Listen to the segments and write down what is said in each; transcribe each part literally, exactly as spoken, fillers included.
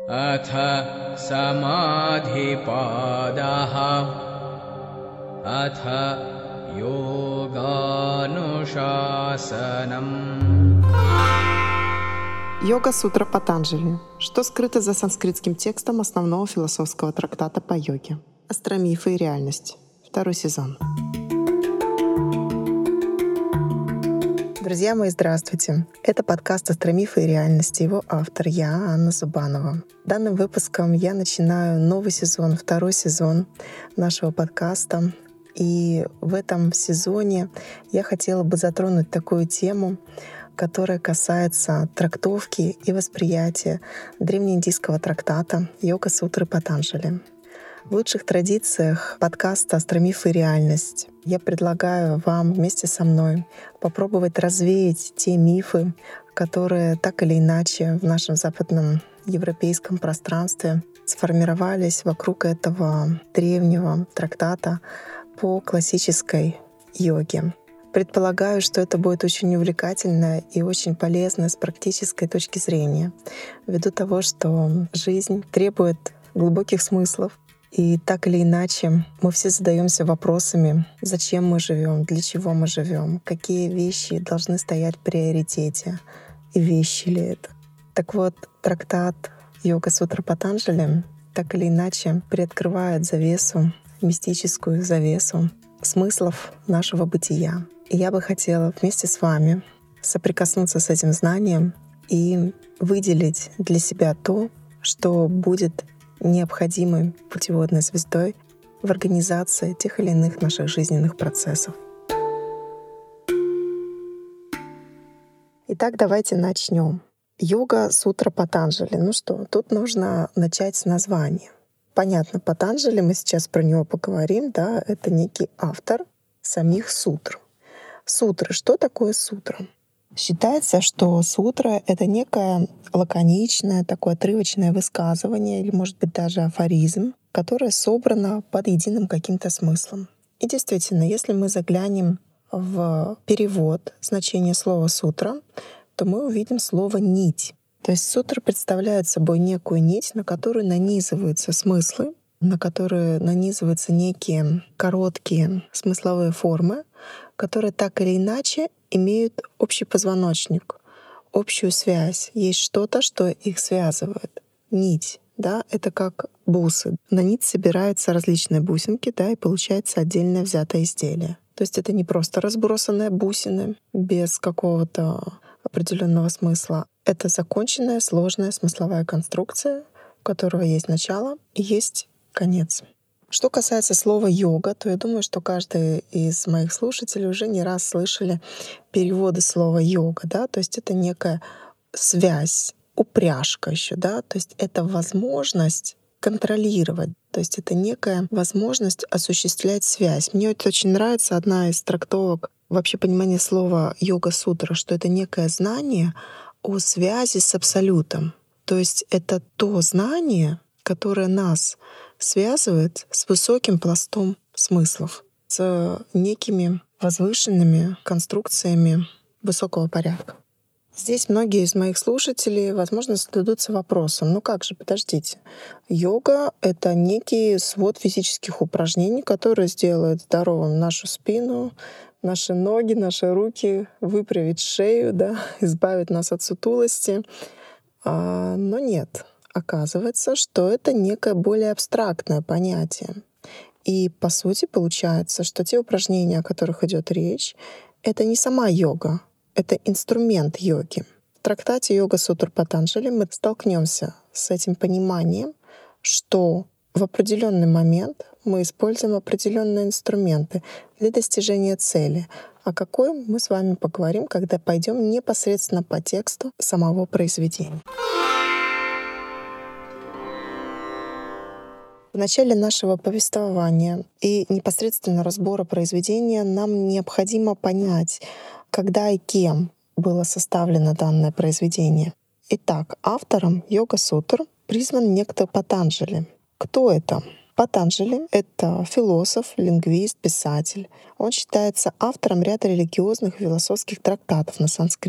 अथ समाधिपादः अथ योगानुशासनम्. Йога-сутра Патанджали. Что скрыто за санскритским текстом основного философского трактата по йоге? Астромифы и реальность. Второй сезон. Друзья мои, здравствуйте. Это подкаст «Астромифы и реальность». Его автор я, Анна Зубанова. Данным выпуском я начинаю новый сезон, второй сезон нашего подкаста. И в этом сезоне я хотела бы затронуть такую тему, которая касается трактовки и восприятия древнеиндийского трактата «Йога-сутры Патанджали». В лучших традициях подкаста «Астромифы и реальность» я предлагаю вам вместе со мной попробовать развеять те мифы, которые так или иначе в нашем западном европейском пространстве сформировались вокруг этого древнего трактата по классической йоге. Предполагаю, что это будет очень увлекательно и очень полезно с практической точки зрения, ввиду того, что жизнь требует глубоких смыслов. И так или иначе мы все задаемся вопросами, зачем мы живем, для чего мы живем, какие вещи должны стоять в приоритете и вещи ли это. Так вот, трактат Йога-сутра Патанджали так или иначе приоткрывает завесу, мистическую завесу смыслов нашего бытия. И я бы хотела вместе с вами соприкоснуться с этим знанием и выделить для себя то, что будет необходимой путеводной звездой в организации тех или иных наших жизненных процессов. Итак, давайте начнем. Йога-сутра Патанджали. Ну что, тут нужно начать с названия. Понятно, Патанджали, мы сейчас про него поговорим, да, это некий автор самих сутр. Сутры. Что такое сутра? Считается, что сутра — это некое лаконичное, такое отрывочное высказывание или, может быть, даже афоризм, которое собрано под единым каким-то смыслом. И действительно, если мы заглянем в перевод значения слова «сутра», то мы увидим слово «нить». То есть сутра представляет собой некую нить, на которую нанизываются смыслы, на которые нанизываются некие короткие смысловые формы, которые так или иначе имеют общий позвоночник, общую связь. Есть что-то, что их связывает. Нить, да, это как бусы. На нить собираются различные бусинки, да, и получается отдельное взятое изделие. То есть это не просто разбросанные бусины без какого-то определенного смысла. Это законченная, сложная смысловая конструкция, у которого есть начало и есть конец. Что касается слова «йога», то я думаю, что каждый из моих слушателей уже не раз слышали переводы слова «йога», да, то есть это некая связь, упряжка еще, да, то есть это возможность контролировать, то есть это некая возможность осуществлять связь. Мне это очень нравится, одна из трактовок вообще понимания слова «йога-сутра», что это некое знание о связи с Абсолютом. То есть это то знание, которое нас связывает с высоким пластом смыслов, с некими возвышенными конструкциями высокого порядка. Здесь многие из моих слушателей, возможно, зададутся вопросом: ну как же, подождите, йога — это некий свод физических упражнений, которые сделают здоровым нашу спину, наши ноги, наши руки, выправить шею, да, избавить нас от сутулости. А, но нет. Оказывается, что это некое более абстрактное понятие. И по сути получается, что те упражнения, о которых идет речь, это не сама йога, это инструмент йоги. В трактате Йога-сутр Патанджали мы столкнемся с этим пониманием, что в определенный момент мы используем определенные инструменты для достижения цели. О какой мы с вами поговорим, когда пойдем непосредственно по тексту самого произведения. В начале нашего повествования и непосредственно разбора произведения нам необходимо понять, когда и кем было составлено данное произведение. Итак, автором Йога-сутр признан некто Патанджали. Кто это? Патанджали — это философ, лингвист, писатель. Он считается автором ряда религиозных и философских трактатов на санскрите.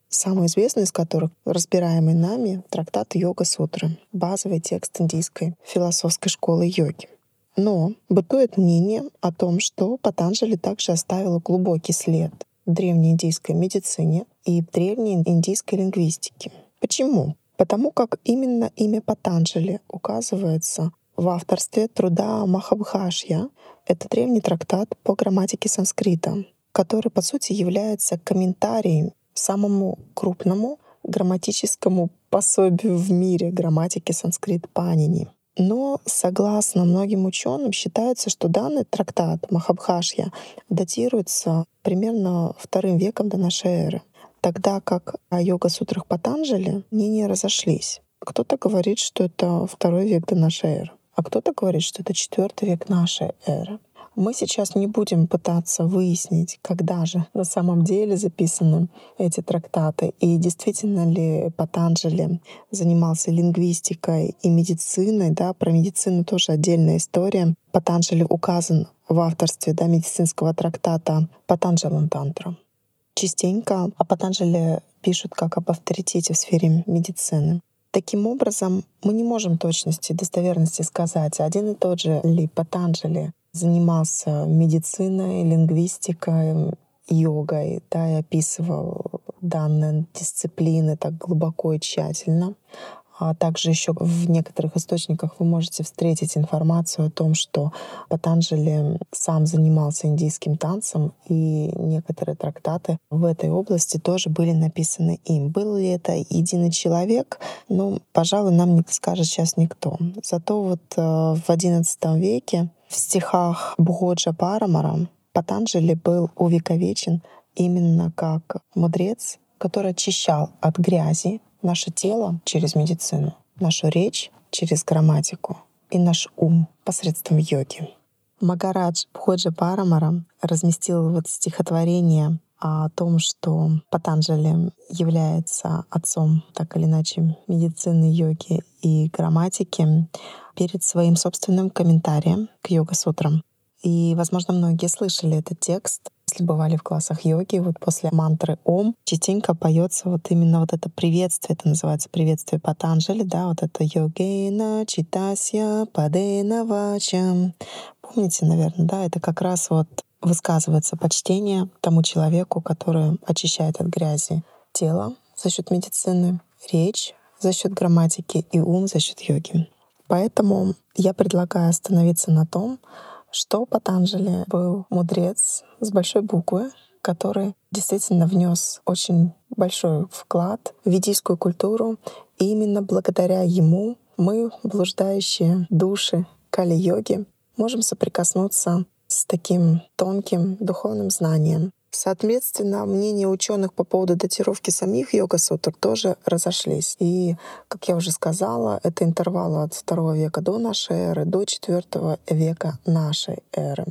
самый известный из которых, разбираемый нами, трактат Йога-сутры, базовый текст индийской философской школы йоги. Но бытует мнение о том, что Патанджали также оставил глубокий след в древней индийской медицине и в древней индийской лингвистике. Почему? Потому как именно имя Патанджали указывается в авторстве труда Махабхашья. Это древний трактат по грамматике санскрита, который, по сути, является комментарием самому крупному грамматическому пособию в мире грамматики санскрит Панини. Но, согласно многим ученым, считается, что данный трактат Махабхашья датируется примерно вторым веком до нашей эры, тогда как о йога-сутрах Патанджали мнения разошлись. Кто-то говорит, что это второй век до нашей эры, а кто-то говорит, что это четвертый век нашей эры. Мы сейчас не будем пытаться выяснить, когда же на самом деле записаны эти трактаты и действительно ли Патанджали занимался лингвистикой и медициной. Да, про медицину тоже отдельная история. Патанджали указан в авторстве да, медицинского трактата Патанджалантантра. Частенько о Патанджали пишут как об авторитете в сфере медицины. Таким образом, мы не можем точности, достоверности сказать, один и тот же ли Патанджали занимался медициной, лингвистикой, йогой, да, и описывал данные дисциплины так глубоко и тщательно. А также еще в некоторых источниках вы можете встретить информацию о том, что Патанджали сам занимался индийским танцем, и некоторые трактаты в этой области тоже были написаны им. Был ли это единый человек? Ну, пожалуй, нам не скажет сейчас никто. Зато вот в одиннадцатом веке в стихах Бходжа Парамара Патанджали был увековечен именно как мудрец, который очищал от грязи наше тело через медицину, нашу речь через грамматику и наш ум посредством йоги. Магарадж Бходжа Парамара разместил вот стихотворение о том, что Патанджали является отцом, так или иначе, медицины, йоги и грамматики перед своим собственным комментарием к йога-сутрам. И, возможно, многие слышали этот текст, если бывали в классах йоги. Вот после мантры Ом частенько поется вот именно вот это приветствие, это называется приветствие Патанджали, да, вот это йогена читасья падена вачам. Помните, наверное, да, это как раз вот высказывается почтение тому человеку, который очищает от грязи тело за счет медицины, речь за счет грамматики и ум за счет йоги. Поэтому я предлагаю остановиться на том, что Патанджали был мудрец с большой буквы, который действительно внес очень большой вклад в ведийскую культуру. И именно благодаря ему мы, блуждающие души Кали-йоги, можем соприкоснуться с таким тонким духовным знанием. Соответственно, мнения ученых по поводу датировки самих йога-сутр тоже разошлись. И, как я уже сказала, это интервал от второго века до нашей эры до четвертого века нашей эры.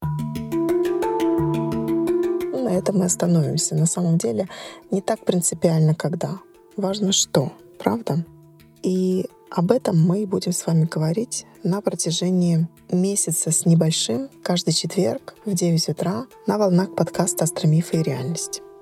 Ну, на этом мы остановимся. На самом деле не так принципиально, когда. Важно что, правда? И об этом мы будем с вами говорить на протяжении месяца с небольшим, каждый четверг в девять утра на волнах подкаста «Астромифы и реальность».